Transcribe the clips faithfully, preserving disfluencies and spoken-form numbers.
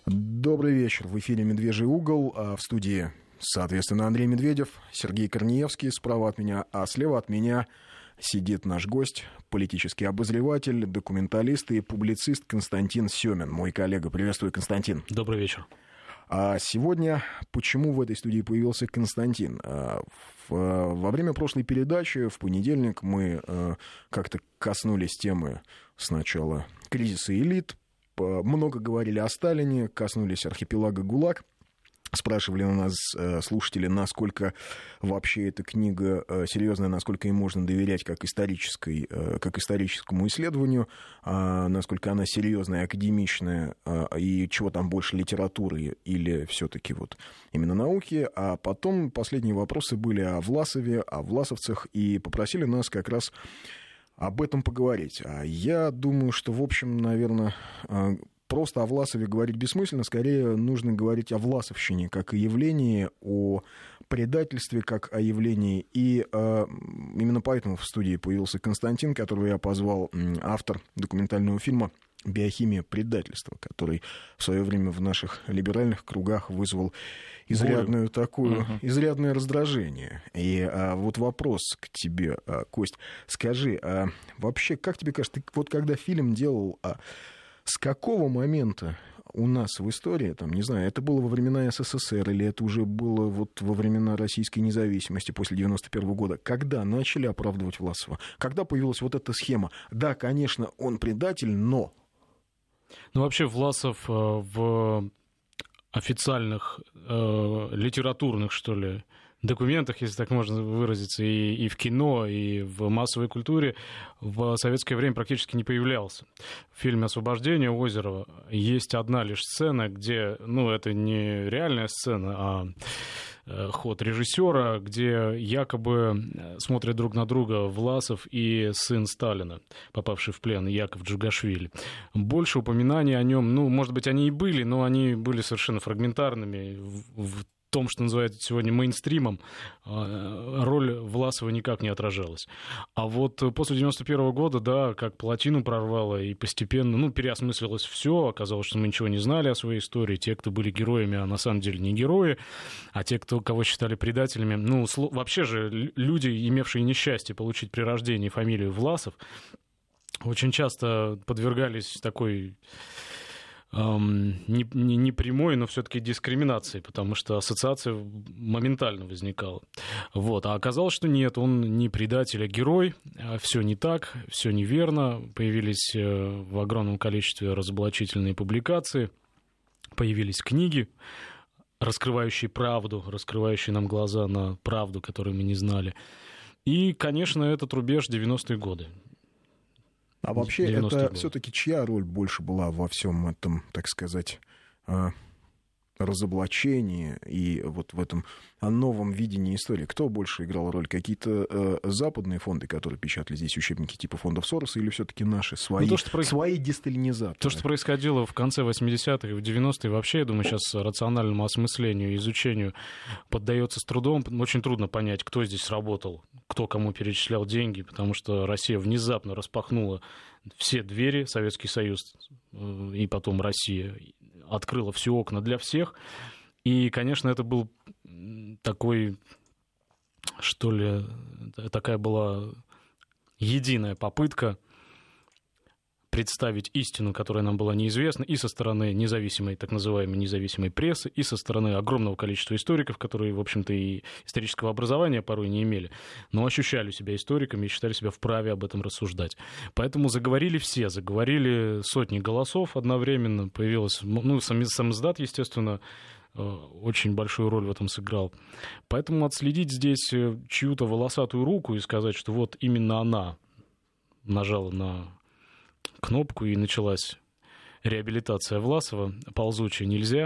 Добрый вечер. В эфире «Медвежий угол», а в студии, соответственно, Андрей Медведев, Сергей Корнеевский справа от меня, а слева от меня сидит наш гость, политический обозреватель, документалист и публицист Константин Семин, мой коллега. Приветствую, Константин. Добрый вечер. А сегодня почему в этой студии появился Константин? Во время прошлой передачи в понедельник мы как-то коснулись темы сначала кризиса элит, много говорили о Сталине, коснулись архипелага ГУЛАГ. Спрашивали у нас слушатели, насколько вообще эта книга серьезная, насколько ей можно доверять как, исторической, как историческому исследованию, насколько она серьезная, академичная, и чего там больше, литературы или все-таки вот именно науки. А потом последние вопросы были о Власове, о власовцах, и попросили нас как раз об этом поговорить. Я думаю, что, в общем, наверное, просто о Власове говорить бессмысленно, скорее нужно говорить о власовщине как о явлении, о предательстве как о явлении. И э, именно поэтому в студии появился Константин, которого я позвал, автор документального фильма «Биохимия предательства», который в свое время в наших либеральных кругах вызвал изрядную такую, uh-huh. изрядное раздражение. И а, вот вопрос к тебе, а, Кость. Скажи, а, вообще, как тебе кажется, ты вот когда фильм делал, а, с какого момента у нас в истории, там, не знаю, это было во времена СССР или это уже было вот во времена российской независимости после девяносто первого года, когда начали оправдывать Власова? Когда появилась вот эта схема? Да, конечно, он предатель, но... Ну, вообще, Власов э, в официальных, э, литературных, что ли, документах, если так можно выразиться, и, и в кино, и в массовой культуре в советское время практически не появлялся. В фильме «Освобождение» Озерова есть одна лишь сцена, где, ну, это не реальная сцена, а ход режиссера, где якобы смотрят друг на друга Власов и сын Сталина, попавший в плен, Яков Джугашвили. Больше упоминаний о нем, ну, может быть, они и были, но они были совершенно фрагментарными. В том, что называется сегодня мейнстримом, роль Власова никак не отражалась. А вот после девяносто первого года, да, как плотину прорвало, и постепенно, ну, переосмыслилось все, оказалось, что мы ничего не знали о своей истории, те, кто были героями, а на самом деле не герои, а те, кто, кого считали предателями, ну, вообще же люди, имевшие несчастье получить при рождении фамилию Власов, очень часто подвергались такой... Не, не, не прямой, но все-таки дискриминации, потому что ассоциация моментально возникала. Вот. А оказалось, что нет, он не предатель, а герой. Все не так, все неверно. Появились в огромном количестве разоблачительные публикации, появились книги, раскрывающие правду, раскрывающие нам глаза на правду, которую мы не знали. И, конечно, этот рубеж девяностые годы. А вообще, это все-таки чья роль больше была во всем этом, так сказать, разоблачении и вот в этом новом видении истории? Кто больше играл роль? Какие-то западные фонды, которые печатали здесь учебники типа фондов Сороса, или все-таки наши, свои, ну, то, что свои десталинизаторы? То, что происходило в конце восьмидесятых и в девяностые, вообще, я думаю, сейчас рациональному осмыслению, изучению поддается с трудом. Очень трудно понять, кто здесь работал, кто кому перечислял деньги, потому что Россия внезапно распахнула все двери, Советский Союз и потом Россия открыла все окна для всех. И, конечно, это был такой, что ли, такая была единая попытка представить истину, которая нам была неизвестна, и со стороны независимой, так называемой независимой прессы, и со стороны огромного количества историков, которые, в общем-то, и исторического образования порой не имели, но ощущали себя историками и считали себя вправе об этом рассуждать. Поэтому заговорили все, заговорили сотни голосов одновременно, появилось, ну, сам, сам издат, естественно, очень большую роль в этом сыграл. Поэтому отследить здесь чью-то волосатую руку и сказать, что вот именно она нажала на кнопку и началась реабилитация Власова, ползучая, нельзя.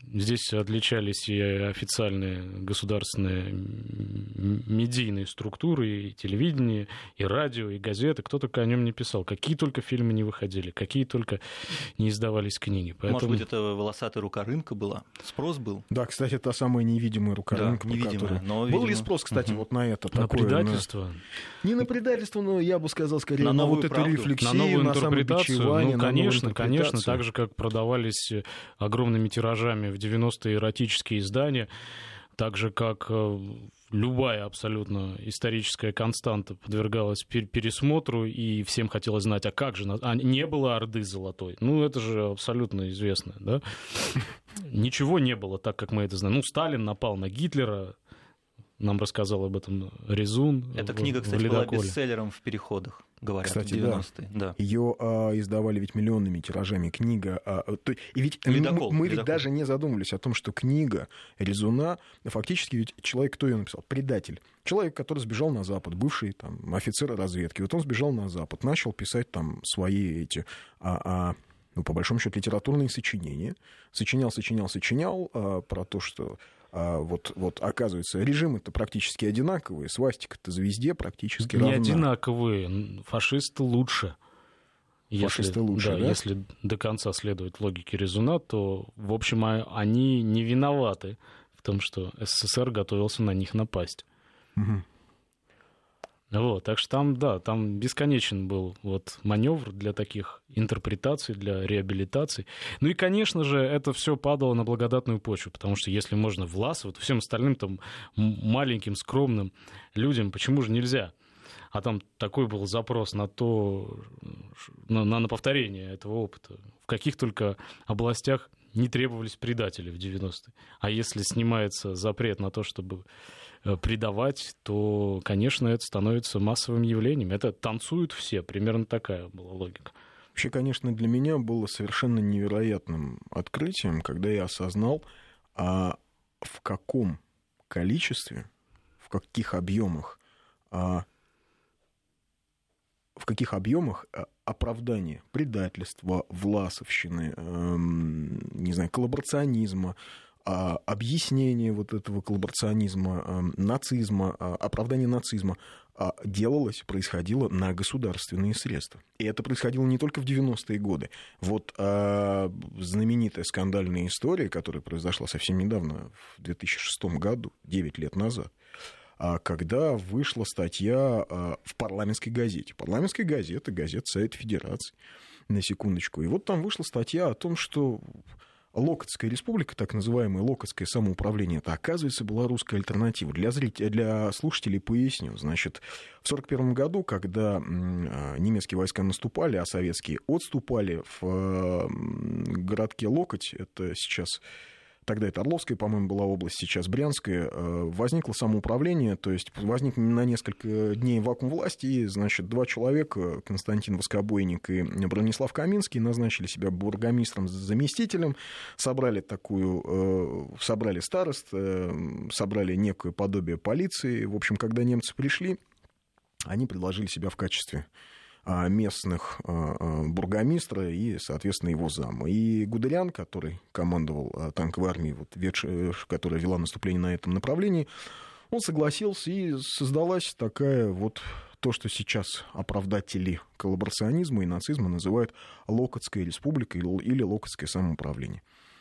Здесь отличались и официальные государственные медийные структуры, и телевидение, и радио, и газеты. Кто только о нем не писал. Какие только фильмы не выходили, какие только не издавались книги. Поэтому... Может быть, это волосатая рука рынка была? Спрос был? Да, кстати, та самая невидимая рука да, рынка. Невидимая, которая... но, Был видимо... ли спрос, кстати, угу. вот на это? На такое, предательство? На... Не на предательство, но я бы сказал, скорее, на, на вот правду. эту рефлексию, на новую на интерпретацию. Ну, конечно, конечно, интерпретацию. так же, как продавались огромными тиражами в девяностые эротические издания, так же, как любая абсолютно историческая константа подвергалась пересмотру, и всем хотелось знать, а как же, а не было Орды Золотой. Ну, это же абсолютно известно, да? Ничего не было так, как мы это знаем. Ну, Сталин напал на Гитлера, нам рассказал об этом Резун. Эта в, книга, кстати, в была бестселлером в переходах, говорят, кстати, в девяностые. Да. Да. Ее а, издавали ведь миллионными тиражами. Книга... А, то, и ведь Ледокол, мы, мы ведь ледокол. даже не задумывались о том, что книга Резуна, фактически ведь человек, кто ее написал? Предатель. Человек, который сбежал на Запад, бывший там, офицер разведки. Вот он сбежал на Запад, начал писать там свои эти... А, а, ну, по большому счету, литературные сочинения. Сочинял, сочинял, сочинял а, про то, что... А вот, вот, оказывается, режимы-то практически одинаковые, свастика-то везде практически равна. Не одинаковые, фашисты лучше. Фашисты если, лучше, да, да? Если до конца следовать логике Резуна, то, в общем, они не виноваты в том, что СССР готовился на них напасть. Угу. Вот, так что там, да, там бесконечен был вот маневр для таких интерпретаций, для реабилитаций. Ну и, конечно же, это все падало на благодатную почву, потому что если можно Власову, то всем остальным там маленьким, скромным людям почему же нельзя? А там такой был запрос на то, на, на повторение этого опыта. В каких только областях не требовались предатели в девяностые. А если снимается запрет на то, чтобы предавать, то, конечно, это становится массовым явлением. Это танцуют все. Примерно такая была логика. Вообще, конечно, для меня было совершенно невероятным открытием, когда я осознал, а в каком количестве, в каких объемах, а, в каких объемах оправдание предательства, власовщины, эм, не знаю, коллаборационизма, объяснение вот этого коллаборационизма, нацизма, оправдание нацизма делалось, происходило на государственные средства. И это происходило не только в девяностые годы. Вот а, знаменитая скандальная история, которая произошла совсем недавно, в две тысячи шестом году, девять лет назад, когда вышла статья в парламентской газете. Парламентская газета, газета Совета Федерации, на секундочку. И вот там вышла статья о том, что Локотская республика, так называемое Локотское самоуправление, это, оказывается, была русская альтернатива. Для, зрителей, для слушателей поясню. Значит, в сорок первом году, когда немецкие войска наступали, а советские отступали в городке Локоть, это сейчас... Тогда это Орловская, по-моему, была область, сейчас Брянская. Возникло самоуправление, то есть возник на несколько дней вакуум власти, и, значит, два человека, Константин Воскобойник и Бронислав Каминский, назначили себя бургомистром, заместителем, собрали такую, собрали старост, собрали некое подобие полиции. В общем, когда немцы пришли, они предложили себя в качестве местных бургомистра и, соответственно, его зама. И Гудериан, который командовал танковой армией, вот, которая вела наступление на этом направлении, он согласился, и создалась такая вот то, что сейчас оправдатели коллаборационизма и нацизма называют Локотская республика или Локотское самоуправление.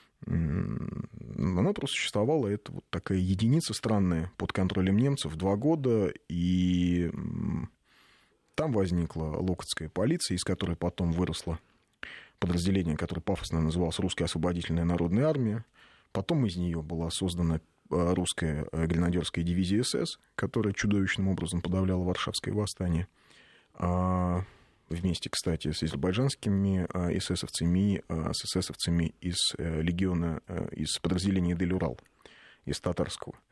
Она просто существовала, это вот такая единица странная под контролем немцев два года, и... Там возникла Локотская полиция, из которой потом выросло подразделение, которое пафосно называлось Русская освободительная народная армия. Потом из нее была создана русская гренадерская дивизия СС, которая чудовищным образом подавляла Варшавское восстание. Вместе, кстати, с азербайджанскими эсэсовцами, с эсэсовцами из легиона, из подразделения Дель-Урал, из татарского.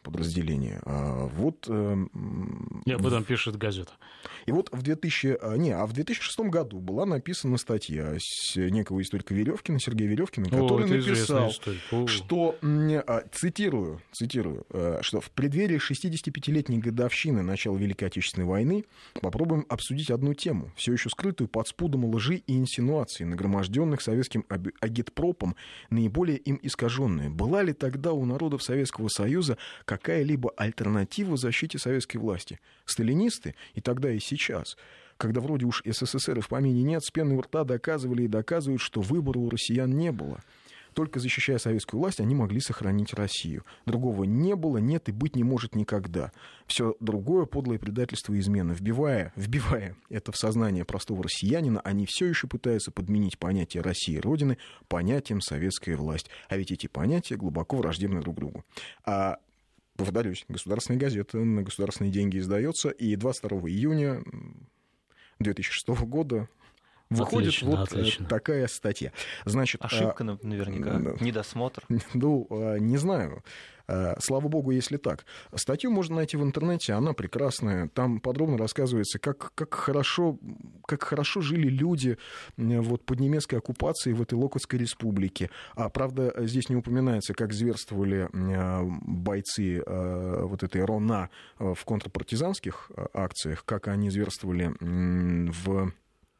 подразделение. Вот... И об этом пишет газета. И вот в, две тысячи... не, а в две тысячи шестом году была написана статья с некого историка Веревкина, Сергея Веревкина, который О, написал, что, цитирую, цитирую, что в преддверии шестидесятипятилетней годовщины начала Великой Отечественной войны попробуем обсудить одну тему, все еще скрытую под спудом лжи и инсинуаций, нагроможденных советским агитпропом, наиболее им искаженные. Была ли тогда у народов Советского Союза какая-либо альтернатива защите советской власти? Сталинисты и тогда, и сейчас, когда вроде уж СССР и в помине нет, с пеной у рта доказывали и доказывают, что выбора у россиян не было. Только защищая советскую власть, они могли сохранить Россию. Другого не было, нет и быть не может никогда. Все другое — подлое предательство и измена. Вбивая, вбивая это в сознание простого россиянина, они все еще пытаются подменить понятие России и Родины понятием советская власть. А ведь эти понятия глубоко враждебны друг другу. А повторюсь, государственная газета на государственные деньги издается, и двадцать второго июня две тысячи шестого года выходит отлично, вот отлично. такая статья. Значит, ошибка наверняка, а, недосмотр. Ну, не знаю. Слава богу, если так. Статью можно найти в интернете, она прекрасная. Там подробно рассказывается, как, как, хорошо, как хорошо жили люди вот, под немецкой оккупацией в этой Локотской республике. А, правда, здесь не упоминается, как зверствовали бойцы вот этой РОНА в контрпартизанских акциях, как они зверствовали в...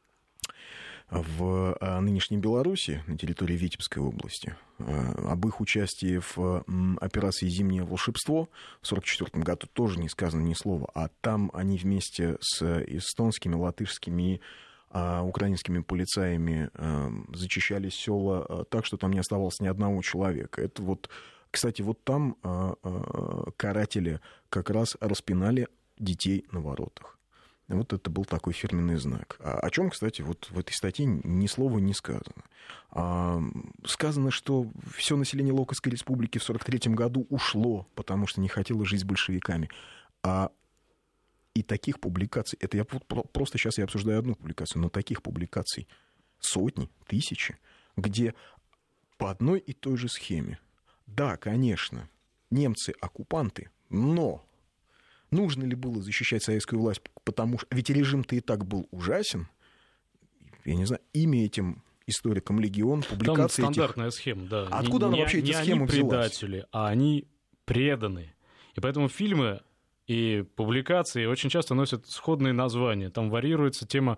в нынешней Беларуси, на территории Витебской области, об их участии в операции «Зимнее волшебство» в сорок четвёртом году тоже не сказано ни слова, а там они вместе с эстонскими, латышскими и украинскими полицаями зачищали села так, что там не оставалось ни одного человека. Это вот, кстати, вот там каратели как раз распинали детей на воротах. Вот это был такой фирменный знак. О чем, кстати, вот в этой статье ни слова не сказано. А, сказано, что все население Локотской республики в сорок третьем году ушло, потому что не хотело жить с большевиками. А и таких публикаций, это я просто сейчас я обсуждаю одну публикацию, но таких публикаций сотни, тысячи, где по одной и той же схеме. Да, конечно, немцы оккупанты, но... Нужно ли было защищать советскую власть, потому что... Ведь режим-то и так был ужасен. Я не знаю, имя этим историкам легион, публикации Там стандартная этих... схема, да. А откуда не, она вообще не эти схемы взялась? Не они предатели, а они преданы. И поэтому фильмы и публикации очень часто носят сходные названия. Там варьируется тема...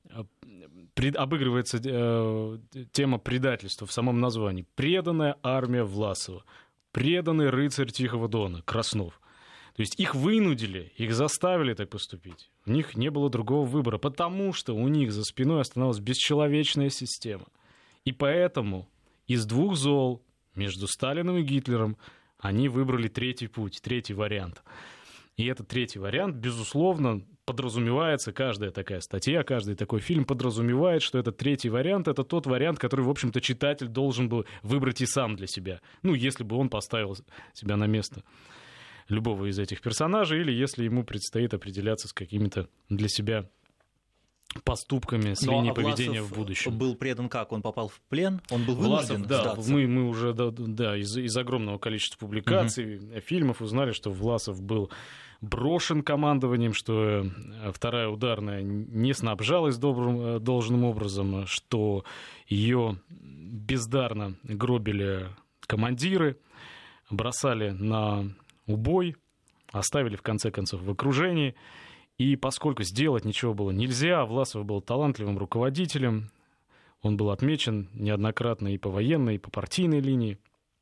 Пред... Обыгрывается э, тема предательства в самом названии. «Преданная армия Власова», «Преданный рыцарь Тихого Дона» Краснов. То есть их вынудили, их заставили так поступить. У них не было другого выбора, потому что у них за спиной остановилась бесчеловечная система. И поэтому из двух зол между Сталиным и Гитлером они выбрали третий путь, третий вариант. И этот третий вариант, безусловно, подразумевается, каждая такая статья, каждый такой фильм подразумевает, что этот третий вариант — это тот вариант, который, в общем-то, читатель должен был выбрать и сам для себя. Ну, если бы он поставил себя на место любого из этих персонажей, или если ему предстоит определяться с какими-то для себя поступками с линии поведения в будущем. Был предан как? Он попал в плен? Он был вынужден Власов, да, сдаться? Мы, мы уже да, да, из, из огромного количества публикаций, угу. фильмов узнали, что Власов был брошен командованием, что вторая ударная не снабжалась добрым, должным образом, что ее бездарно гробили командиры, бросали на убой, оставили в конце концов в окружении. И поскольку сделать ничего было нельзя, Власов был талантливым руководителем, он был отмечен неоднократно и по военной, и по партийной линии.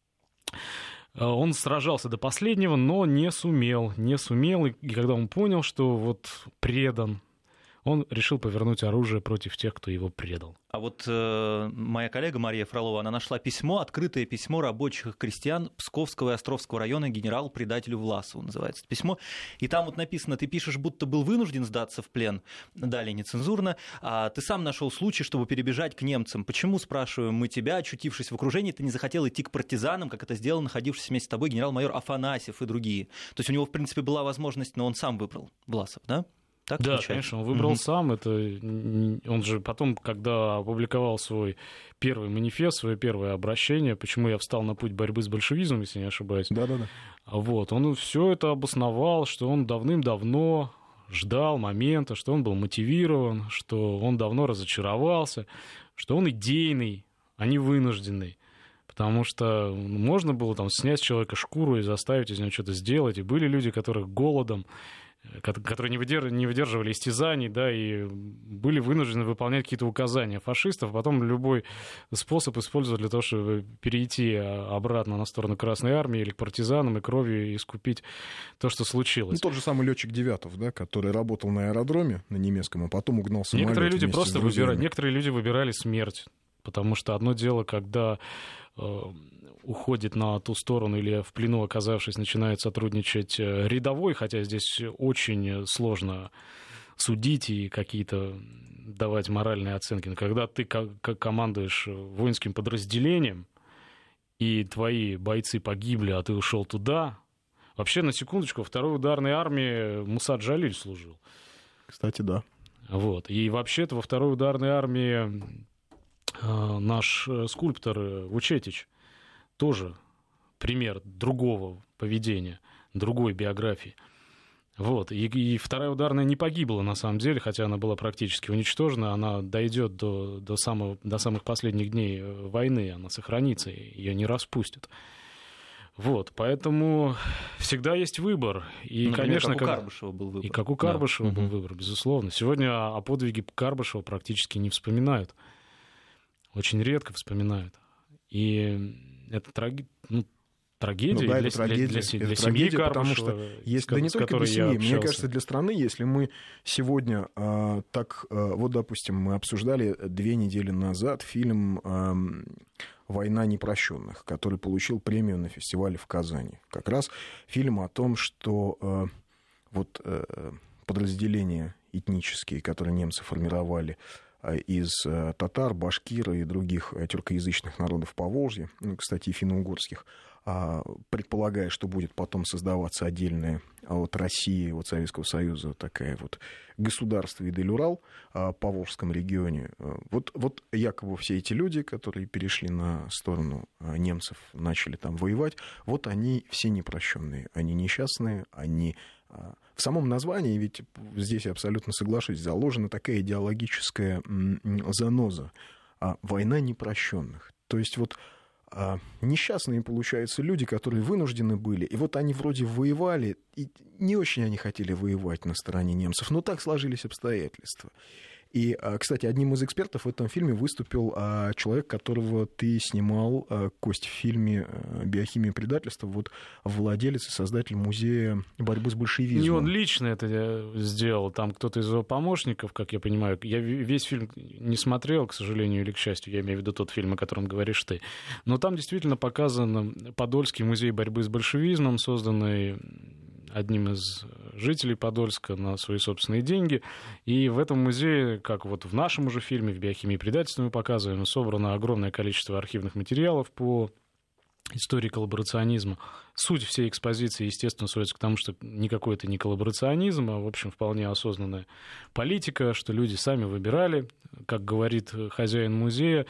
Он сражался до последнего, но не сумел, не сумел. И когда он понял, что вот предан, он решил повернуть оружие против тех, кто его предал. А вот э, моя коллега Мария Фролова, она нашла письмо, открытое письмо рабочих и крестьян Псковского и Островского района генерал-предателю Власову, называется это письмо. И там вот написано: ты пишешь, будто был вынужден сдаться в плен, далее нецензурно, а ты сам нашел случай, чтобы перебежать к немцам. Почему, спрашиваем мы тебя, очутившись в окружении, ты не захотел идти к партизанам, как это сделал находившийся вместе с тобой генерал-майор Афанасьев и другие? То есть у него, в принципе, была возможность, но он сам выбрал Власов, да? Так, да, получается? конечно, он выбрал угу. сам. Это... Он же потом, когда опубликовал свой первый манифест, свое первое обращение, почему я встал на путь борьбы с большевизмом, если не ошибаюсь. Да-да-да. Вот, он все это обосновал, что он давным-давно ждал момента, что он был мотивирован, что он давно разочаровался, что он идейный, а не вынужденный. Потому что можно было там снять с человека шкуру и заставить из него что-то сделать. И были люди, которых голодом, которые не выдерживали истязаний, да, и были вынуждены выполнять какие-то указания фашистов. Потом любой способ использовать для того, чтобы перейти обратно на сторону Красной Армии или к партизанам и кровью искупить то, что случилось. Ну, тот же самый летчик Девятов, да, который работал на аэродроме на немецком, а потом угнал самолет. Некоторые люди просто выбирали, некоторые люди выбирали смерть. Потому что одно дело, когда э, уходит на ту сторону или в плену, оказавшись, начинает сотрудничать рядовой, хотя здесь очень сложно судить и какие-то давать моральные оценки. Но когда ты как, как командуешь воинским подразделением, и твои бойцы погибли, а ты ушел туда... Вообще, на секундочку, во второй ударной армии Муса Джалиль служил. Кстати, да. Вот. И вообще-то во второй ударной армии... Наш скульптор Вучетич тоже пример другого поведения, другой биографии. Вот. И, и вторая ударная не погибла, на самом деле, хотя она была практически уничтожена. Она дойдет до, до, самого, до самых последних дней войны, она сохранится, ее не распустят. Вот, поэтому всегда есть выбор. И, например, конечно, как у когда... Карбышева был выбор. И как у Карбышева да. был угу. выбор, безусловно. Сегодня о подвиге Карбышева практически не вспоминают. Очень редко вспоминают. И это траги... ну, трагедия, ну, да, для, это трагедия для, для, это для трагедия, семьи Карбышева, потому что есть, с, да не с только для семьи, мне кажется, для страны, если мы сегодня а, так, а, вот, допустим, мы обсуждали две недели назад фильм а, «Война непрощенных», который получил премию на фестивале в Казани. Как раз фильм о том, что а, вот а, подразделения этнические, которые немцы формировали из татар, башкир и других тюркоязычных народов Поволжья, ну, кстати, и финно-угорских, предполагая, что будет потом создаваться отдельная от России, от Советского Союза такая вот государство Идель-Урал в Поволжском регионе. Вот, вот якобы все эти люди, которые перешли на сторону немцев, начали там воевать, вот они все непрощенные, они несчастные, они... В самом названии, ведь здесь я абсолютно соглашусь, заложена такая идеологическая заноза. Война непрощенных. То есть вот несчастные, получаются, люди, которые вынуждены были, и вот они вроде воевали, и не очень они хотели воевать на стороне немцев, но так сложились обстоятельства. И, кстати, одним из экспертов в этом фильме выступил человек, которого ты снимал, Кость, в фильме «Биохимия предательства», вот владелец и создатель музея борьбы с большевизмом. Не он лично это сделал, там кто-то из его помощников, как я понимаю. Я весь фильм не смотрел, к сожалению или к счастью, я имею в виду тот фильм, о котором говоришь ты. Но там действительно показан Подольский музей борьбы с большевизмом, созданный одним из жителей Подольска на свои собственные деньги. И в этом музее, как вот в нашем уже фильме «В биохимии предательства» мы показываем, собрано огромное количество архивных материалов по истории коллаборационизма. Суть всей экспозиции, естественно, сводится к тому, что никакой это не коллаборационизм, а, в общем, вполне осознанная политика, что люди сами выбирали. Как говорит хозяин музея,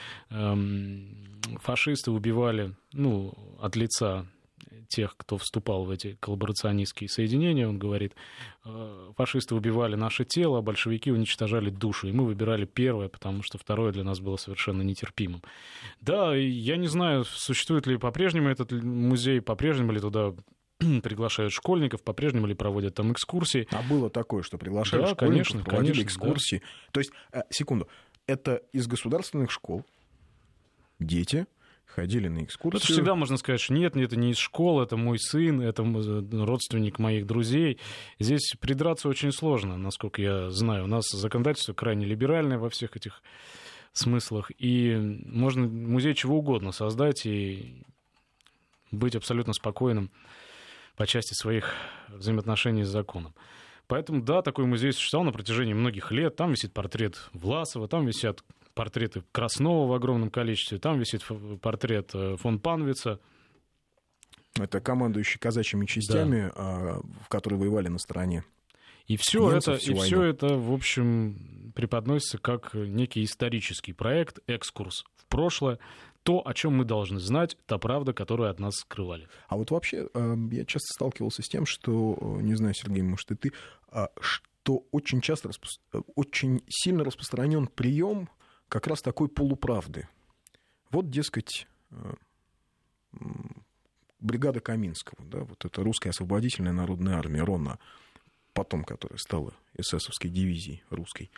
фашисты убивали, ну, от лица тех, кто вступал в эти коллаборационистские соединения, он говорит, фашисты убивали наше тело, а большевики уничтожали душу, и мы выбирали первое, потому что второе для нас было совершенно нетерпимым. Да, я не знаю, существует ли по-прежнему этот музей, по-прежнему ли туда приглашают школьников, по-прежнему ли проводят там экскурсии. А было такое, что приглашали да, школьников, конечно, проводили конечно, экскурсии. Да. То есть, секунду, это из государственных школ дети ходили на экскурсию. Это всегда можно сказать, что нет, это не из школы, это мой сын, это родственник моих друзей. Здесь придраться очень сложно, насколько я знаю. У нас законодательство крайне либеральное во всех этих смыслах, и можно музей чего угодно создать и быть абсолютно спокойным по части своих взаимоотношений с законом. Поэтому, да, такой музей существовал на протяжении многих лет. Там висит портрет Власова, там висят портреты Краснова в огромном количестве, там висит портрет фон Панвица. Это командующий казачьими частями, да, в которые воевали на стороне. И все это, и все это, в общем, преподносится как некий исторический проект, экскурс в прошлое, то, о чем мы должны знать, та правда, которую от нас скрывали. А вот вообще я часто сталкивался с тем, что, не знаю, Сергей, может, и ты, что очень часто, очень сильно распространен прием как раз такой полуправды. Вот, дескать, бригада Каминского, да, вот это русская освободительная народная армия, РОНА, потом которая стала эсэсовской дивизией русской.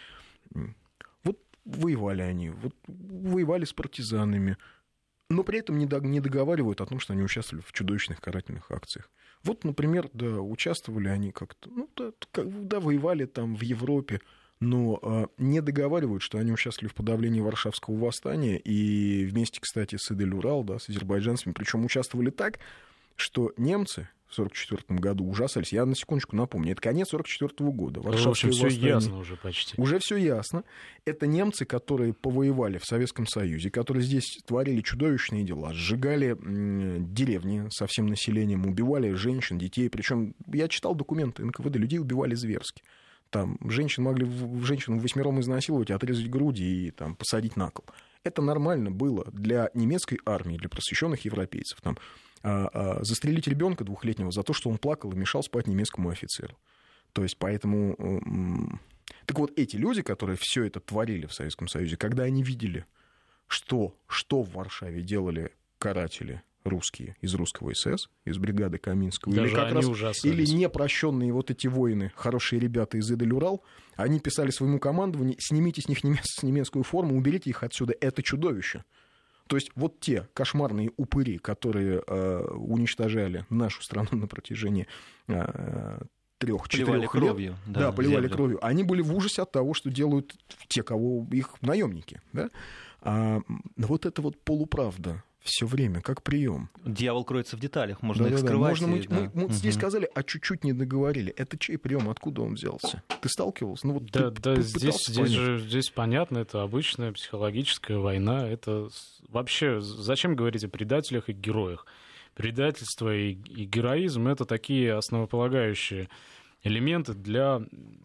Вот воевали они, вот воевали с партизанами, но при этом не договаривают о том, что они участвовали в чудовищных карательных акциях. Вот, например, да, участвовали они как-то, ну, да, да, воевали там в Европе, но э, не договаривают, что они участвовали в подавлении Варшавского восстания и вместе, кстати, с Идель-Урал, да, с азербайджанцами, причем участвовали так, что немцы в сорок четвёртом году ужасались. Я на секундочку напомню, это конец сорок четвёртого года. Варшавское в общем, все восстание. Ясно уже почти. Уже все ясно. Это немцы, которые повоевали в Советском Союзе, которые здесь творили чудовищные дела, сжигали м- деревни со всем населением, убивали женщин, детей. Причем я читал документы эн ка вэ дэ, людей убивали зверски. Там женщин могли женщину восьмером изнасиловать, отрезать груди и там, посадить на кол. Это нормально было для немецкой армии, для просвещенных европейцев. Там, а, а, застрелить ребенка двухлетнего за то, что он плакал и мешал спать немецкому офицеру. То есть, поэтому... М- так вот, эти люди, которые все это творили в Советском Союзе, когда они видели, что, что в Варшаве делали каратели русские из русского эс эс, из бригады Каминского, даже или как раз ужасались. Или непрощенные вот эти воины, хорошие ребята из Идель-Урал, они писали своему командованию: снимите с них немец, немецкую форму, уберите их отсюда, это чудовище. То есть вот те кошмарные упыри, которые э, уничтожали нашу страну на протяжении э, трех-четырех лет, кровью, да, да, поливали землю. кровью, они были в ужасе от того, что делают те, кого их наемники, да? А, вот это вот полуправда все время, как прием. Дьявол кроется в деталях, можно да, их да, скрывать. Можно и, мы, да. мы, мы угу. здесь сказали, а чуть-чуть не договорили. Это чей прием, откуда он взялся? Ты сталкивался? Ну, вот да, ты да, здесь, здесь же здесь понятно, это обычная психологическая война. Это вообще, зачем говорить о предателях и героях? Предательство и, и героизм — это такие основополагающие элементы для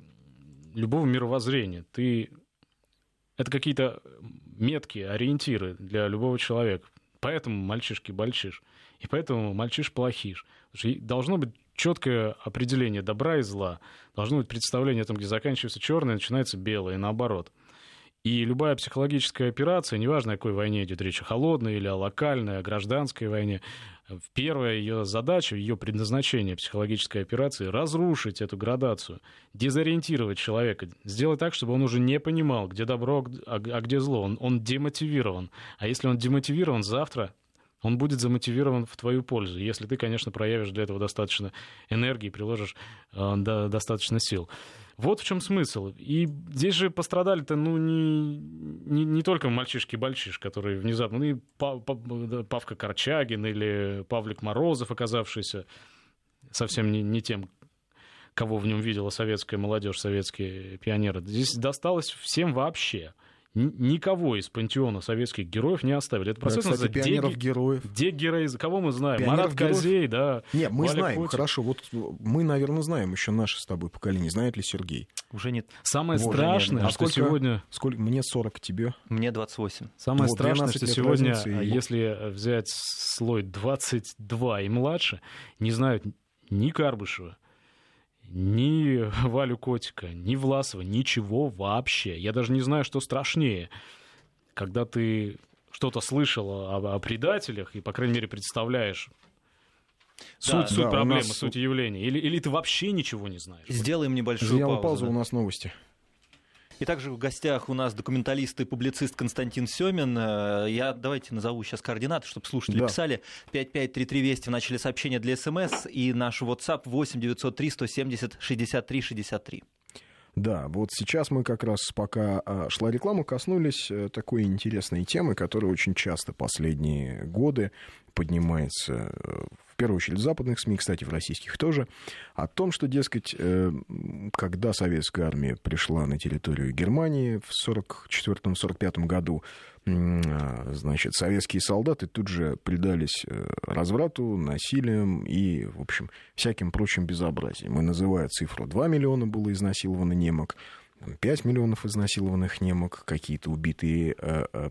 любого мировоззрения. Ты... Это какие-то меткие ориентиры для любого человека. Поэтому мальчишки большиш. И поэтому мальчиш плохиш. Потому что должно быть четкое определение добра и зла. Должно быть представление о том, где заканчивается черное, начинается белое, и наоборот. И любая психологическая операция, неважно, о какой войне идет речь, о холодной или о локальной, о гражданской войне, первая ее задача, ее предназначение психологической операции — разрушить эту градацию, дезориентировать человека, сделать так, чтобы он уже не понимал, где добро, а где зло. Он, он демотивирован. А если он демотивирован, завтра он будет замотивирован в твою пользу, если ты, конечно, проявишь для этого достаточно энергии, приложишь э, до, достаточно сил. Вот в чем смысл. И здесь же пострадали-то, ну, не, не, не только мальчишки-бальчиш, которые внезапно... Ну, и Павка Корчагин или Павлик Морозов, оказавшийся совсем не, не тем, кого в нем видела советская молодежь, советские пионеры. Здесь досталось всем вообще. Никого из пантеона советских героев не оставили. Это процесс, да, кстати, пионеров-героев. Дегероизм. Кого мы знаем? Марат Козей, да. Нет, мы Валя знаем, Котик. Хорошо. Вот мы, наверное, знаем еще наше с тобой поколение. Знает ли Сергей? Уже нет. Самое вот, страшное, нет, а что сколько, сегодня... Сколько? Мне сорок, тебе? Мне двадцать восемь. Самое вот, страшное, что сегодня, и... если взять слой двадцать два и младше, не знают ни Карбышева, ни Валю Котика, ни Власова, ничего вообще. Я даже не знаю, что страшнее. Когда ты что-то слышал о, о предателях и, по крайней мере, представляешь да, суть, суть да, проблемы, нас... суть явления, или, или ты вообще ничего не знаешь. Сделаем небольшую Сделал паузу. паузу, да. у нас новости. И также в гостях у нас документалист и публицист Константин Семин. Я давайте назову сейчас координаты, чтобы слушатели да. писали. пять пять три три Вести в начале сообщения для СМС и наш WhatsApp восемь девятьсот три сто семьдесят шестьдесят три шестьдесят три. Да, вот сейчас мы как раз, пока шла реклама, коснулись такой интересной темы, которая очень часто последние годы поднимается в первую очередь в западных СМИ, кстати, в российских тоже, о том, что, дескать, когда советская армия пришла на территорию Германии в сорок четвёртом — сорок пятом году, значит, советские солдаты тут же предались разврату, насилием и, в общем, всяким прочим безобразием. И называя цифру два миллиона было изнасиловано немок, пять миллионов изнасилованных немок, какие-то убитые э, э,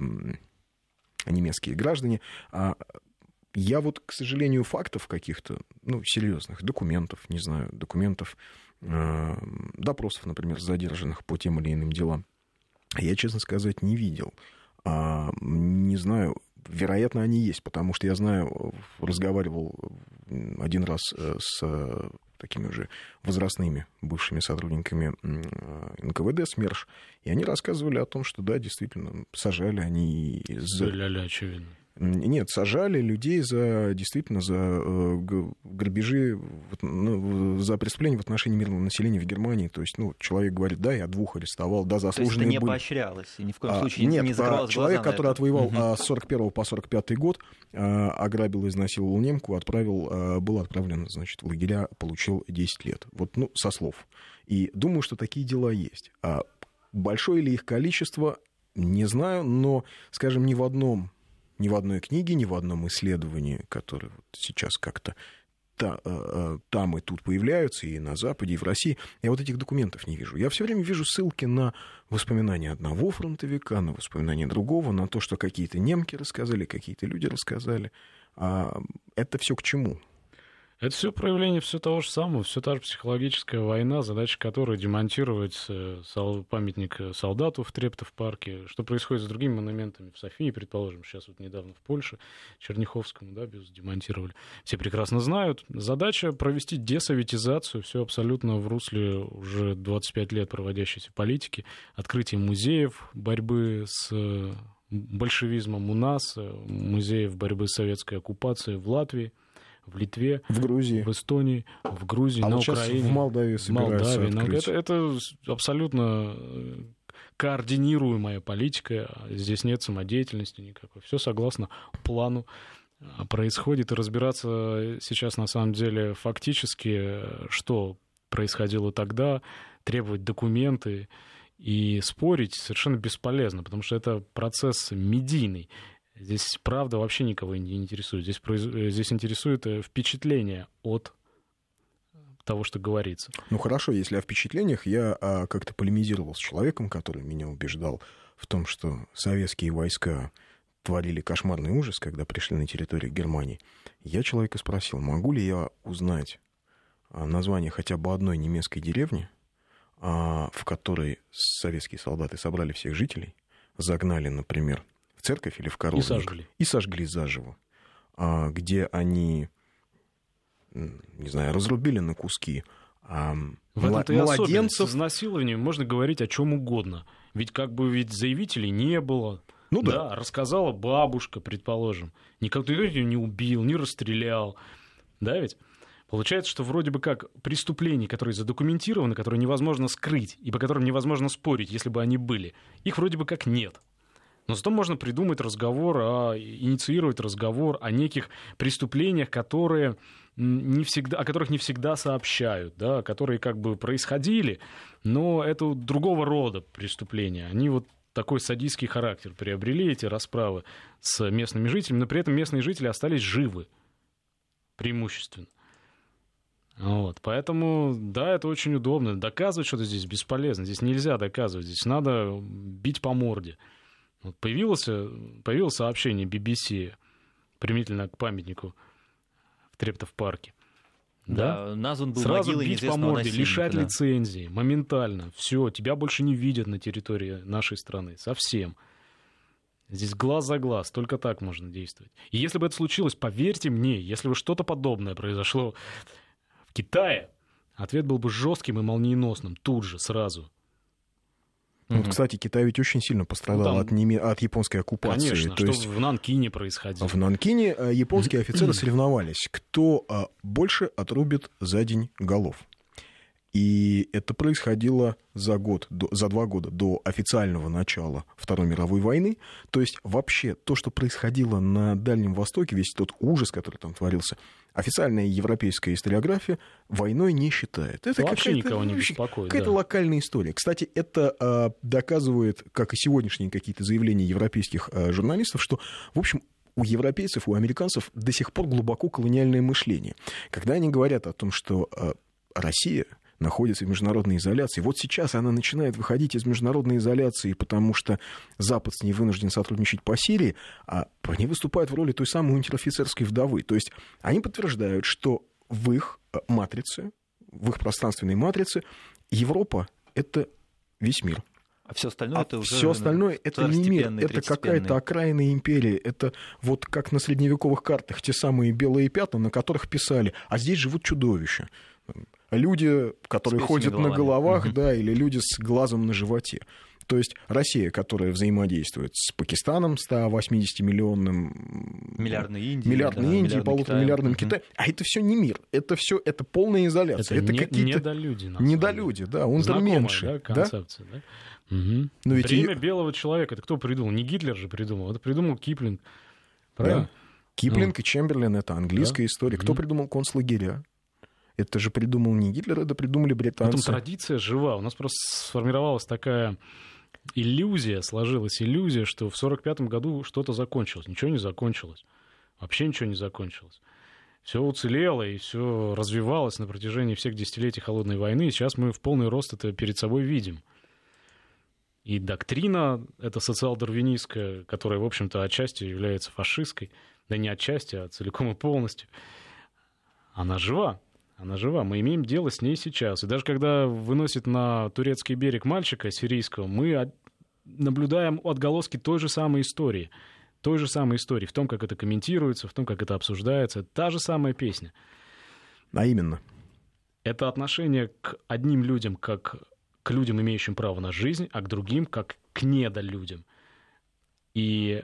немецкие граждане. А я вот, к сожалению, фактов каких-то, ну, серьезных, документов, не знаю, документов, э, допросов, например, задержанных по тем или иным делам, я, честно сказать, не видел. А, не знаю, вероятно, они есть, потому что я знаю, разговаривал один раз с такими уже возрастными бывшими сотрудниками эн ка вэ дэ, СМЕРШ, и они рассказывали о том, что, да, действительно, сажали они... Стреляли, очевидно. Нет, сажали людей за, действительно, за грабежи, за преступления в отношении мирного населения в Германии. То есть, ну, человек говорит, да, я двух арестовал, да, заслуженные были. То есть это не поощрялось, и ни в коем случае а, нет, не закрывалось человек, глаза который на отвоевал угу. с сорок первого по сорок пятый год, ограбил, изнасиловал немку, отправил, был отправлен, значит, в лагеря, получил десять лет. Вот, ну, со слов. И думаю, что такие дела есть. А большое ли их количество, не знаю, но, скажем, ни в одном... Ни в одной книге, ни в одном исследовании, которые вот сейчас как-то та, э, там и тут появляются, и на Западе, и в России, я вот этих документов не вижу. Я все время вижу ссылки на воспоминания одного фронтовика, на воспоминания другого, на то, что какие-то немки рассказали, какие-то люди рассказали. А это все к чему? Это все проявление все того же самого, все та же психологическая война, задача которой демонтировать памятник солдату в Трептов парке. Что происходит с другими монументами в Софии, предположим, сейчас вот недавно в Польше, Черняховскому, да, бюст демонтировали. Все прекрасно знают. Задача провести десоветизацию, все абсолютно в русле уже двадцать пять лет проводящейся политики, открытие музеев борьбы с большевизмом у нас, музеев борьбы с советской оккупацией в Латвии, в Литве, в Грузии, в Эстонии, в Грузии, а на вот Украине. В Молдавии собираются Молдавии. открыть. Это, это абсолютно координируемая политика. Здесь нет самодеятельности никакой. Все согласно плану происходит. И разбираться сейчас на самом деле фактически, что происходило тогда, требовать документы и спорить совершенно бесполезно, потому что это процесс медийный. Здесь правда вообще никого не интересует. Здесь, произ... Здесь интересует впечатление от того, что говорится. Ну хорошо, если о впечатлениях, я а, как-то полемизировал с человеком, который меня убеждал в том, что советские войска творили кошмарный ужас, когда пришли на территорию Германии. Я человека спросил, могу ли я узнать название хотя бы одной немецкой деревни, а, в которой советские солдаты собрали всех жителей, загнали, например, церковь или в коровник. И сожгли. И сожгли заживо. А, где они, не знаю, разрубили на куски а, в этом-то и младенцев. С изнасилованием можно говорить о чем угодно. Ведь как бы ведь заявителей не было. Ну да. Да, рассказала бабушка, предположим. Никто ее не убил, не расстрелял. Да ведь? Получается, что вроде бы как преступления, которые задокументированы, которые невозможно скрыть и по которым невозможно спорить, если бы они были, их вроде бы как нет. Но зато можно придумать разговор, а, инициировать разговор о неких преступлениях, которые не всегда, о которых не всегда сообщают, да, которые как бы происходили, но это другого рода преступления. Они вот такой садистский характер приобрели, эти расправы с местными жителями, но при этом местные жители остались живы преимущественно. Вот, поэтому, да, это очень удобно. Доказывать что-то здесь бесполезно. Здесь нельзя доказывать, здесь надо бить по морде. Вот появилось, появилось сообщение би би си применительно к памятнику в Трептов парке. Да, да? назван был сразу могилой бить по неизвестного морде, насильника, лишать да. лицензии, моментально. Все, тебя больше не видят на территории нашей страны. Совсем. Здесь глаз за глаз, только так можно действовать. И если бы это случилось, поверьте мне, если бы что-то подобное произошло в Китае, ответ был бы жестким и молниеносным, тут же, сразу. Вот, mm-hmm. Кстати, Китай ведь очень сильно пострадал ну, там, от, неме... от японской оккупации. Конечно, То что есть... в Нанкине происходило. В Нанкине японские офицеры соревновались, кто больше отрубит за день голов. И это происходило за год, до, за два года до официального начала Второй мировой войны. То есть вообще то, что происходило на Дальнем Востоке, весь тот ужас, который там творился, официальная европейская историография войной не считает. Это вообще никого не беспокоит. Какая-то да. локальная история. Кстати, это а, доказывает, как и сегодняшние какие-то заявления европейских а, журналистов, что, в общем, у европейцев, у американцев до сих пор глубоко колониальное мышление. Когда они говорят о том, что а, Россия находится в международной изоляции. Вот сейчас она начинает выходить из международной изоляции, потому что Запад с ней вынужден сотрудничать по Сирии, а они выступают в роли той самой унтер-офицерской вдовы. То есть они подтверждают, что в их матрице, в их пространственной матрице Европа — это весь мир. А все остальное, а это уже все остальное это не мир, это какая-то окраинная империя, это вот как на средневековых картах те самые белые пятна, на которых писали, а здесь живут чудовища. Люди, которые ходят на головах, угу. да, или люди с глазом на животе. То есть Россия, которая взаимодействует с Пакистаном, сто восьмидесятимиллионным... Миллиардной Индией. Миллиардной да, Индией, полуторамиллиардным Китаем. Китай. А это все не мир. Это все это полная изоляция. Это, это не, какие-то... недолюди. Недолюди, да. Унтерменши. Да, концепция, да? да? Угу. Но ведь Время и... белого человека. Это кто придумал? Не Гитлер же придумал. Это придумал Киплинг. Правильно? Да. Киплинг ну. и Чемберлен — это английская да. история. Кто угу. придумал концлагеря? Это же придумал не Гитлер, это придумали британцы. Потом традиция жива. У нас просто сформировалась такая иллюзия, сложилась иллюзия, что в сорок пятом году что-то закончилось. Ничего не закончилось. Вообще ничего не закончилось. Все уцелело и все развивалось на протяжении всех десятилетий Холодной войны. И сейчас мы в полный рост это перед собой видим. И доктрина, эта социал-дарвинистская, которая, в общем-то, отчасти является фашистской, да не отчасти, а целиком и полностью, она жива. Она жива. Мы имеем дело с ней сейчас. И даже когда выносит на турецкий берег мальчика сирийского, мы наблюдаем отголоски той же самой истории. Той же самой истории. В том, как это комментируется, в том, как это обсуждается. Это та же самая песня. А именно? Это отношение к одним людям как к людям, имеющим право на жизнь, а к другим как к недолюдям. И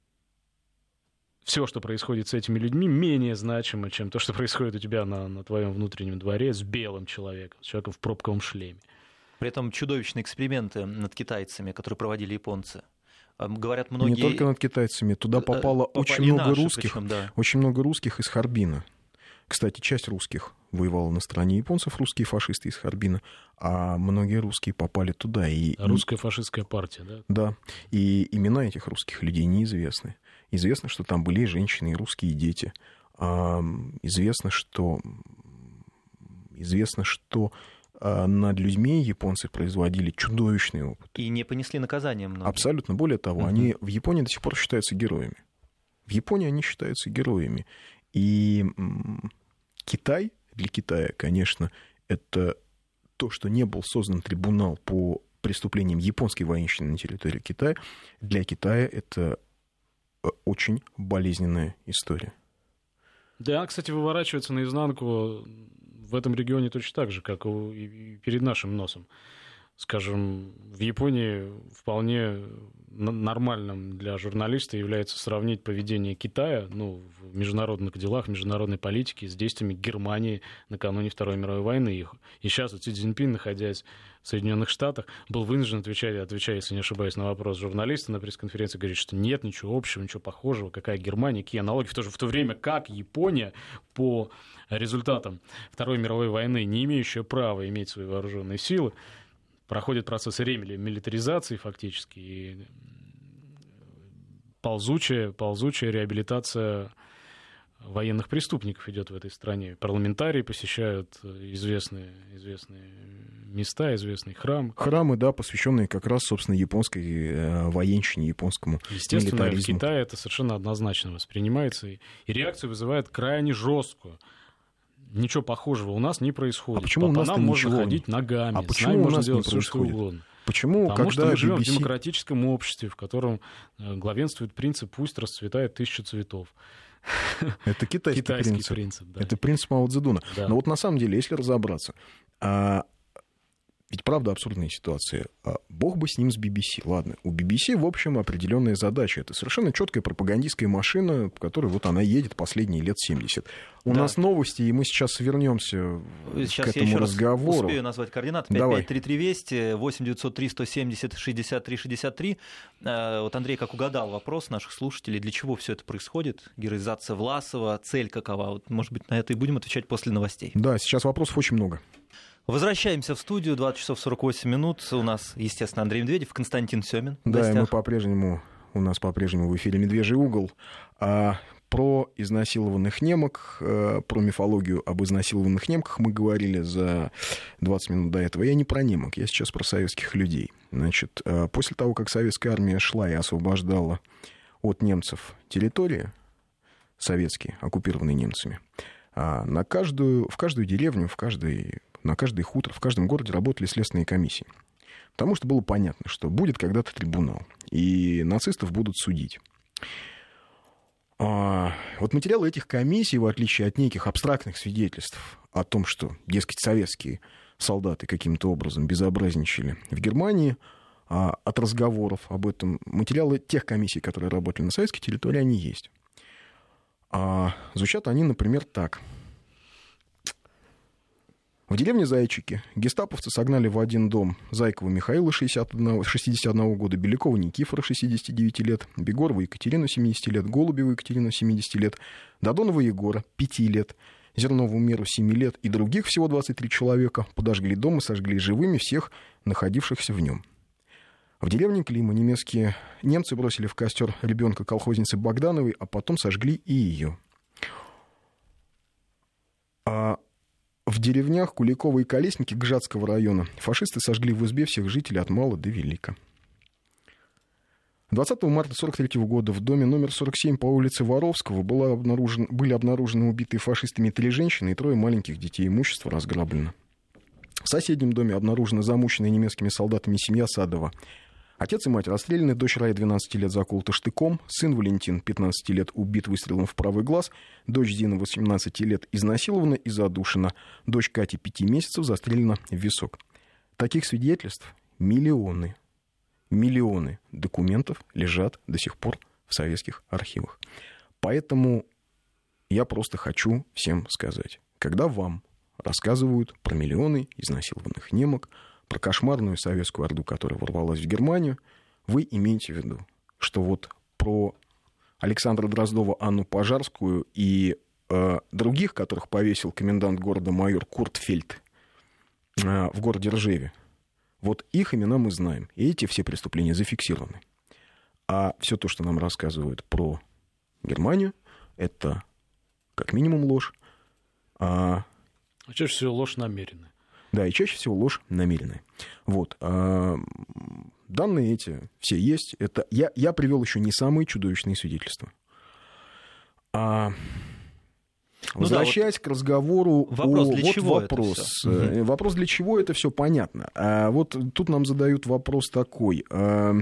все, что происходит с этими людьми, менее значимо, чем то, что происходит у тебя на, на твоем внутреннем дворе с белым человеком, с человеком в пробковом шлеме. При этом чудовищные эксперименты над китайцами, которые проводили японцы. Говорят, многие... Не только над китайцами. Туда попало Попали очень много наши, русских, причем, да. очень много русских из Харбина. Кстати, часть русских воевала на стороне японцев, русские фашисты из Харбина, а многие русские попали туда. И... Русская фашистская партия, да? Да. И имена этих русских людей неизвестны. Известно, что там были и женщины, и русские дети. Известно, что, известно, что над людьми японцы производили чудовищный опыт. И не понесли наказания многие. Абсолютно. Более того, угу. они в Японии до сих пор считаются героями. В Японии они считаются героями. И Китай, для Китая, конечно, это то, что не был создан трибунал по преступлениям японской военщины на территории Китая. Для Китая это очень болезненная история. Да, кстати, выворачивается наизнанку в этом регионе точно так же, как и перед нашим носом. Скажем, в Японии вполне нормальным для журналиста является сравнить поведение Китая, ну, в международных делах, в международной политике с действиями Германии накануне Второй мировой войны. И сейчас вот Си Цзиньпин, находясь в Соединенных Штатах, был вынужден отвечать, отвечая, если не ошибаюсь, на вопрос журналиста на пресс-конференции, говорит, что нет ничего общего, ничего похожего, какая Германия, какие аналогии, в то, же, в то время как Япония по результатам Второй мировой войны, не имеющая права иметь свои вооруженные силы, проходит процесс ремилитаризации фактически, и ползучая, ползучая реабилитация военных преступников идет в этой стране. Парламентарии посещают известные, известные места, известные храмы. Храмы, да, посвященные как раз, собственно, японской э, военщине, японскому Естественно, милитаризму. в Китае это совершенно однозначно воспринимается, и, и реакцию вызывает крайне жесткую. Ничего похожего у нас не происходит. А почему По у нас нам можно ничего... ходить ногами. А почему у нас делать не все, что происходит? угодно. Почему, Потому когда что мы живем би би си... в демократическом обществе, в котором главенствует принцип «пусть расцветает тысяча цветов». Это китайский, китайский принцип. принцип да. Это принцип Мао Цзэдуна. Да. Но вот на самом деле, если разобраться, ведь правда абсурдная ситуация. Бог бы с ним, с би би си. Ладно, у би би си, в общем, определенная задача. Это совершенно четкая пропагандистская машина, по которой вот она едет последние лет семьдесят. У да. нас новости, и мы сейчас вернемся сейчас к этому я еще разговору. Раз успею назвать координаты. пять пять три три Вести, восемь девятьсот три сто семьдесят шестьдесят три шестьдесят три. Вот Андрей как угадал вопрос наших слушателей, для чего все это происходит? Героизация Власова, цель какова? Вот, может быть, на это и будем отвечать после новостей. Да, сейчас вопросов очень много. Возвращаемся в студию, двадцать часов сорок восемь минут. У нас, естественно, Андрей Медведев, Константин Семин. Да, и мы по-прежнему, у нас по-прежнему в эфире «Медвежий угол». А про изнасилованных немок, про мифологию об изнасилованных немках мы говорили за двадцать минут до этого. Я не про немок, я сейчас про советских людей. Значит, после того, как советская армия шла и освобождала от немцев территории советские, оккупированные немцами, на каждую, в каждую деревню, в каждый... на каждый хутор, в каждом городе работали следственные комиссии. Потому что было понятно, что будет когда-то трибунал, и нацистов будут судить. А вот материалы этих комиссий, в отличие от неких абстрактных свидетельств о том, что, дескать, советские солдаты каким-то образом безобразничали в Германии, а от разговоров об этом, материалы тех комиссий, которые работали на советской территории, они есть. А звучат они, например, так. В деревне Зайчики гестаповцы согнали в один дом Зайкова Михаила, шестьдесят одного года, Белякова Никифора, шестидесяти девяти лет, Бегорова Екатерину, семидесяти лет, Голубеву Екатерину, семидесяти лет, Додонова Егора, пяти лет, Зернову Меру, семи лет, и других всего двадцать три человека подожгли дом и сожгли живыми всех находившихся в нем. В деревне Клима немецкие немцы бросили в костер ребенка колхозницы Богдановой, а потом сожгли и ее. А в деревнях Куликова и Колесники Гжатского района фашисты сожгли в избе всех жителей от мала до велика. двадцатого марта сорок третьего года в доме номер сорок семь по улице Воровского была обнаружен, были обнаружены убитые фашистами три женщины и трое маленьких детей. Имущество разграблено. В соседнем доме обнаружена замученная немецкими солдатами семья Садова. Отец и мать расстреляны, дочь Рая двенадцати лет заколота штыком, сын Валентин пятнадцати лет убит выстрелом в правый глаз, дочь Зина восемнадцати лет изнасилована и задушена, дочь Кати пяти месяцев застрелена в висок. Таких свидетельств миллионы, миллионы документов лежат до сих пор в советских архивах. Поэтому я просто хочу всем сказать, когда вам рассказывают про миллионы изнасилованных немок, про кошмарную советскую орду, которая ворвалась в Германию, вы имеете в виду, что вот про Александра Дроздова, Анну Пожарскую и э, других, которых повесил комендант города майор Куртфельд э, в городе Ржеве, вот их имена мы знаем, и эти все преступления зафиксированы. А все то, что нам рассказывают про Германию, это как минимум ложь. А, а чаще всего ложь намеренная. Да, и чаще всего ложь намеренная. Вот. А, данные эти все есть. Это я, я привел еще не самые чудовищные свидетельства. А, ну возвращаясь да, вот к разговору вопрос, о... Для вот чего вопрос. Это все? Вопрос, для чего это все понятно. А вот тут нам задают вопрос такой. А,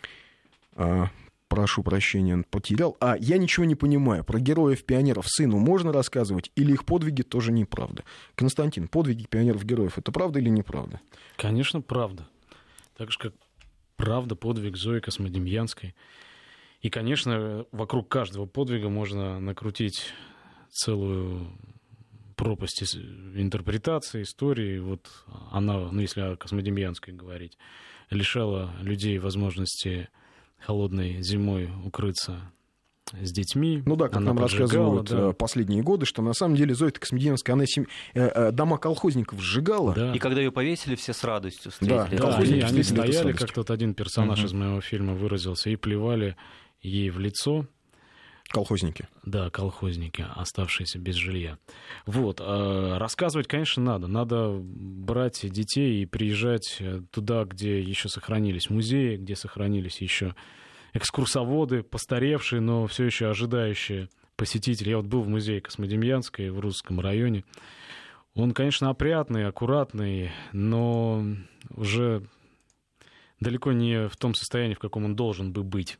а, прошу прощения, потерял. А, я ничего не понимаю. Про героев-пионеров сыну можно рассказывать, или их подвиги тоже неправда? Константин, подвиги пионеров-героев, это правда или неправда? Конечно, правда. Так же, как правда подвиг Зои Космодемьянской. И, конечно, вокруг каждого подвига можно накрутить целую пропасть интерпретации, истории. Вот она, ну, если о Космодемьянской говорить, лишала людей возможности холодной зимой укрыться с детьми. Ну да, как она нам рассказывают да. последние годы, что на самом деле Зоя Космодемьянская, она сем... дома колхозников сжигала. Да. И когда ее повесили, все с радостью встретили. Да, да они, они стояли, как тот один персонаж угу. из моего фильма выразился, и плевали ей в лицо. Колхозники. Да, колхозники, оставшиеся без жилья. Вот. Рассказывать, конечно, надо. Надо брать детей и приезжать туда, где еще сохранились музеи, где сохранились еще экскурсоводы, постаревшие, но все еще ожидающие посетителей. Я вот был в музее Космодемьянской в Русском районе. Он, конечно, опрятный, аккуратный, но уже далеко не в том состоянии, в каком он должен бы быть.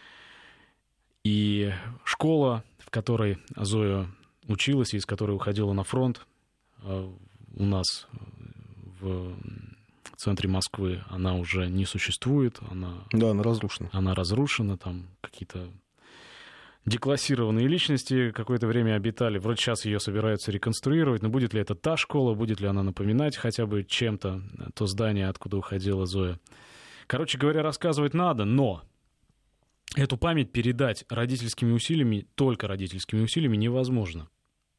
И школа, в которой Зоя училась и из которой уходила на фронт, у нас в центре Москвы, она уже не существует. Она, да, она разрушена. Она разрушена, там какие-то деклассированные личности какое-то время обитали. Вроде сейчас ее собираются реконструировать, но будет ли это та школа, будет ли она напоминать хотя бы чем-то то здание, откуда уходила Зоя. Короче говоря, рассказывать надо, но эту память передать родительскими усилиями, только родительскими усилиями невозможно.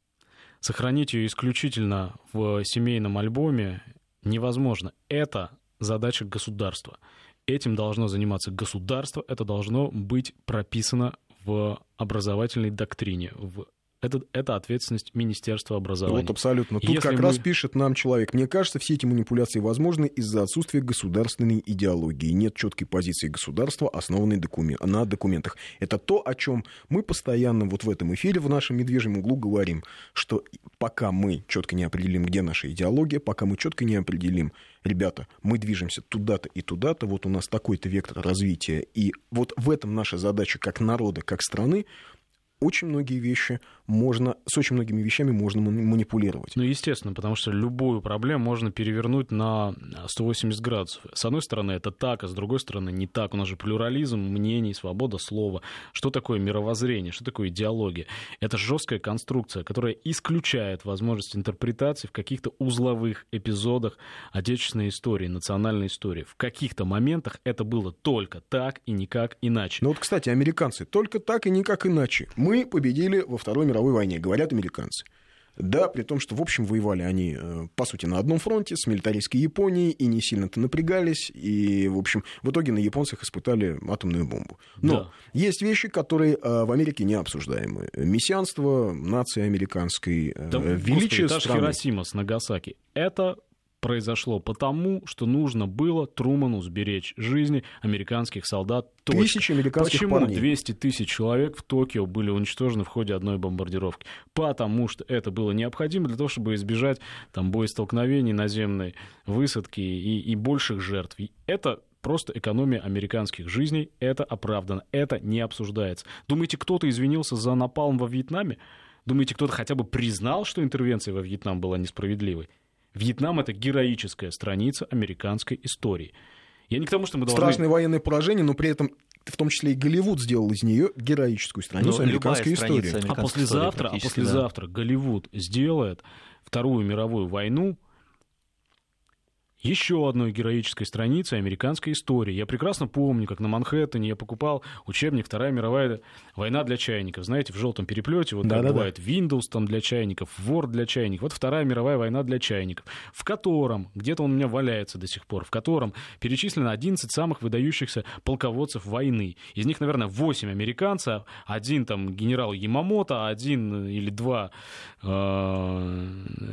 Сохранить ее исключительно в семейном альбоме невозможно. Это задача государства. Этим должно заниматься государство, это должно быть прописано в образовательной доктрине. В... Это, это ответственность Министерства образования. Вот абсолютно. Тут Если как мы... раз пишет нам человек. Мне кажется, все эти манипуляции возможны из-за отсутствия государственной идеологии. Нет четкой позиции государства, основанной документ... на документах. Это то, о чем мы постоянно вот в этом эфире, в нашем медвежьем углу говорим, что пока мы четко не определим, где наша идеология, пока мы четко не определим, ребята, мы движемся туда-то и туда-то, вот у нас такой-то вектор развития, и вот в этом наша задача как народа, как страны, очень многие вещи можно, с очень многими вещами можно манипулировать. Ну, естественно, потому что любую проблему можно перевернуть на сто восемьдесят градусов. С одной стороны, это так, а с другой стороны, не так. У нас же плюрализм мнений, свобода слова. Что такое мировоззрение, что такое идеология? Это жесткая конструкция, которая исключает возможность интерпретации в каких-то узловых эпизодах отечественной истории, национальной истории. В каких-то моментах это было только так и никак иначе. Ну вот, кстати, американцы только так и никак иначе. Мы победили во Второй мировой войне, говорят американцы. Да, при том, что, в общем, воевали они, по сути, на одном фронте с милитаристской Японией, и не сильно-то напрягались, и, в общем, в итоге на японцах испытали атомную бомбу. Но да. Есть вещи, которые в Америке не обсуждаемы. Мессианство нации американской, да, величие Господи, страны. Хиросима с Нагасаки. Это произошло потому, что нужно было Труману сберечь жизни американских солдат. Точка. Тысячи американских Почему парней. двести тысяч человек в Токио были уничтожены в ходе одной бомбардировки? Потому что это было необходимо для того, чтобы избежать там, боестолкновений, наземной высадки и, и больших жертв. И это просто экономия американских жизней, это оправдано, это не обсуждается. Думаете, кто-то извинился за напалм во Вьетнаме? Думаете, кто-то хотя бы признал, что интервенция во Вьетнам была несправедливой? Вьетнам — это героическая страница американской истории. Я не к тому, что мы должны... Страшное военное поражение, но при этом в том числе и Голливуд сделал из нее героическую страницу но американской истории. А послезавтра, а послезавтра да. Голливуд сделает Вторую мировую войну еще одной героической страницей американской истории. Я прекрасно помню, как на Манхэттене я покупал учебник «Вторая мировая война для чайников». Знаете, в желтом переплете, вот да, как да, бывает да. Windows там для чайников, Word для чайников. Вот «Вторая мировая война для чайников», в котором, где-то он у меня валяется до сих пор, в котором перечислено одиннадцать самых выдающихся полководцев войны. Из них, наверное, восемь американцев, один там генерал Ямамото, один или два э,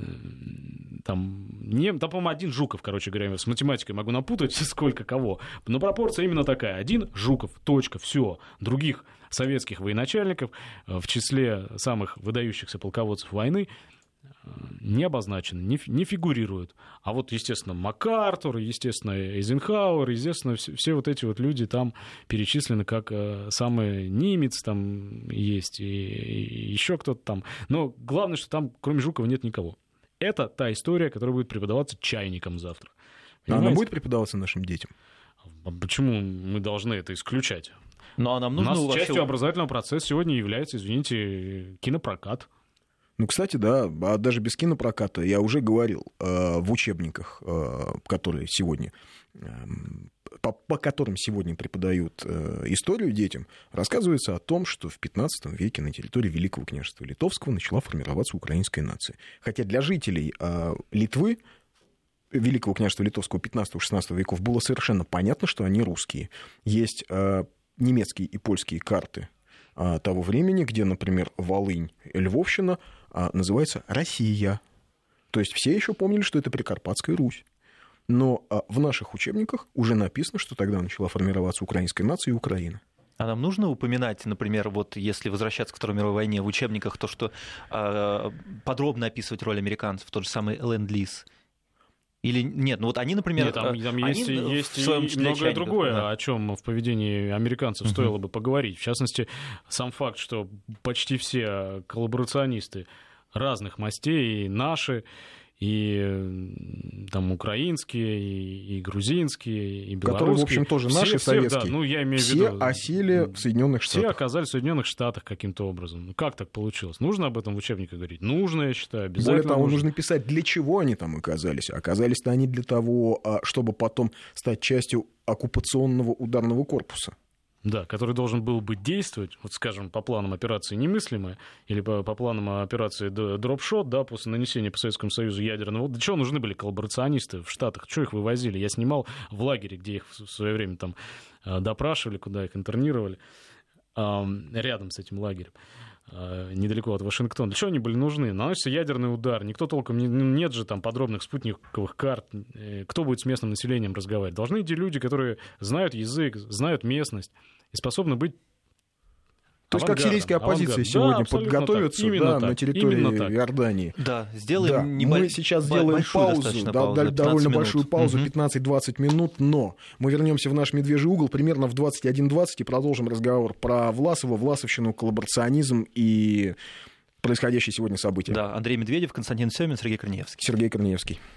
там, не, там, по-моему, один Жуков, короче говоря, с математикой могу напутать, сколько кого. Но пропорция именно такая. Один Жуков, точка, все. Других советских военачальников в числе самых выдающихся полководцев войны не обозначены, не, не фигурируют. А вот, естественно, МакАртур, естественно, Эйзенхауэр, естественно, все, все вот эти вот люди там перечислены как э, самый Нимец там есть, и, и еще кто-то там. Но главное, что там, кроме Жукова, нет никого. Это та история, которая будет преподаваться чайникам завтра. Понимаете? Она будет преподаваться нашим детям? А почему мы должны это исключать? Ну, а нам нужно У нас вообще... частью образовательного процесса сегодня является, извините, кинопрокат. Ну, кстати, да, а даже без кинопроката, я уже говорил, э, в учебниках, э, которые сегодня, э, по, по которым сегодня преподают э, историю детям, рассказывается о том, что в пятнадцатом веке на территории Великого княжества Литовского начала формироваться украинская нация. Хотя для жителей э, Литвы, Великого княжества Литовского пятнадцатого-шестнадцатого веков было совершенно понятно, что они русские. Есть э, немецкие и польские карты э, того времени, где, например, Волынь, Львовщина э, называется Россия. То есть все еще помнили, что это Прикарпатская Русь. Но э, в наших учебниках уже написано, что тогда начала формироваться украинская нация и Украина. А нам нужно упоминать, например, вот если возвращаться к Второй мировой войне в учебниках, то, что э, подробно описывать роль американцев, тот же самый ленд-лиз? Или нет, ну вот они, например... Нет, там, там они есть, есть и многое другое, да. О чем в поведении американцев uh-huh. стоило бы поговорить. В частности, сам факт, что почти все коллаборационисты разных мастей, и наши, и там украинские, и, и грузинские, и белорусские. Которые, в общем, тоже все, наши, все, советские. Да, ну, я имею в все виду, осели в Соединенных Штатах. Все оказались в Соединенных Штатах каким-то образом. Ну, как так получилось? Нужно об этом в учебниках говорить? Нужно, я считаю, обязательно. Более того, нужно. нужно писать, для чего они там оказались. Оказались-то они для того, чтобы потом стать частью оккупационного ударного корпуса. Да, который должен был бы действовать, вот скажем, по планам операции «Немыслимая» или по, по планам операции «Дропшот», да, после нанесения по Советскому Союзу ядерного... Для чего нужны были коллаборационисты в Штатах? Что их вывозили? Я снимал в лагере, где их в свое время там допрашивали, куда их интернировали, рядом с этим лагерем, недалеко от Вашингтона. Для чего они были нужны? Наносится ядерный удар, никто толком... Не, нет же там подробных спутниковых карт. Кто будет с местным населением разговаривать? Должны идти люди, которые знают язык, знают местность и способны быть То есть, как сирийская оппозиция авангард. сегодня Да, подготовится да, так. на территории Именно Иордании. Да, сделаем да, небо... мы сейчас сделаем паузу, да, паузу довольно минут. большую паузу, угу. пятнадцать-двадцать минут, но мы вернемся в наш медвежий угол примерно в двадцать один двадцать и продолжим разговор про Власова, власовщину, коллаборационизм и происходящие сегодня события. Да, Андрей Медведев, Константин Семин, Сергей Корнеевский. Сергей Корнеевский.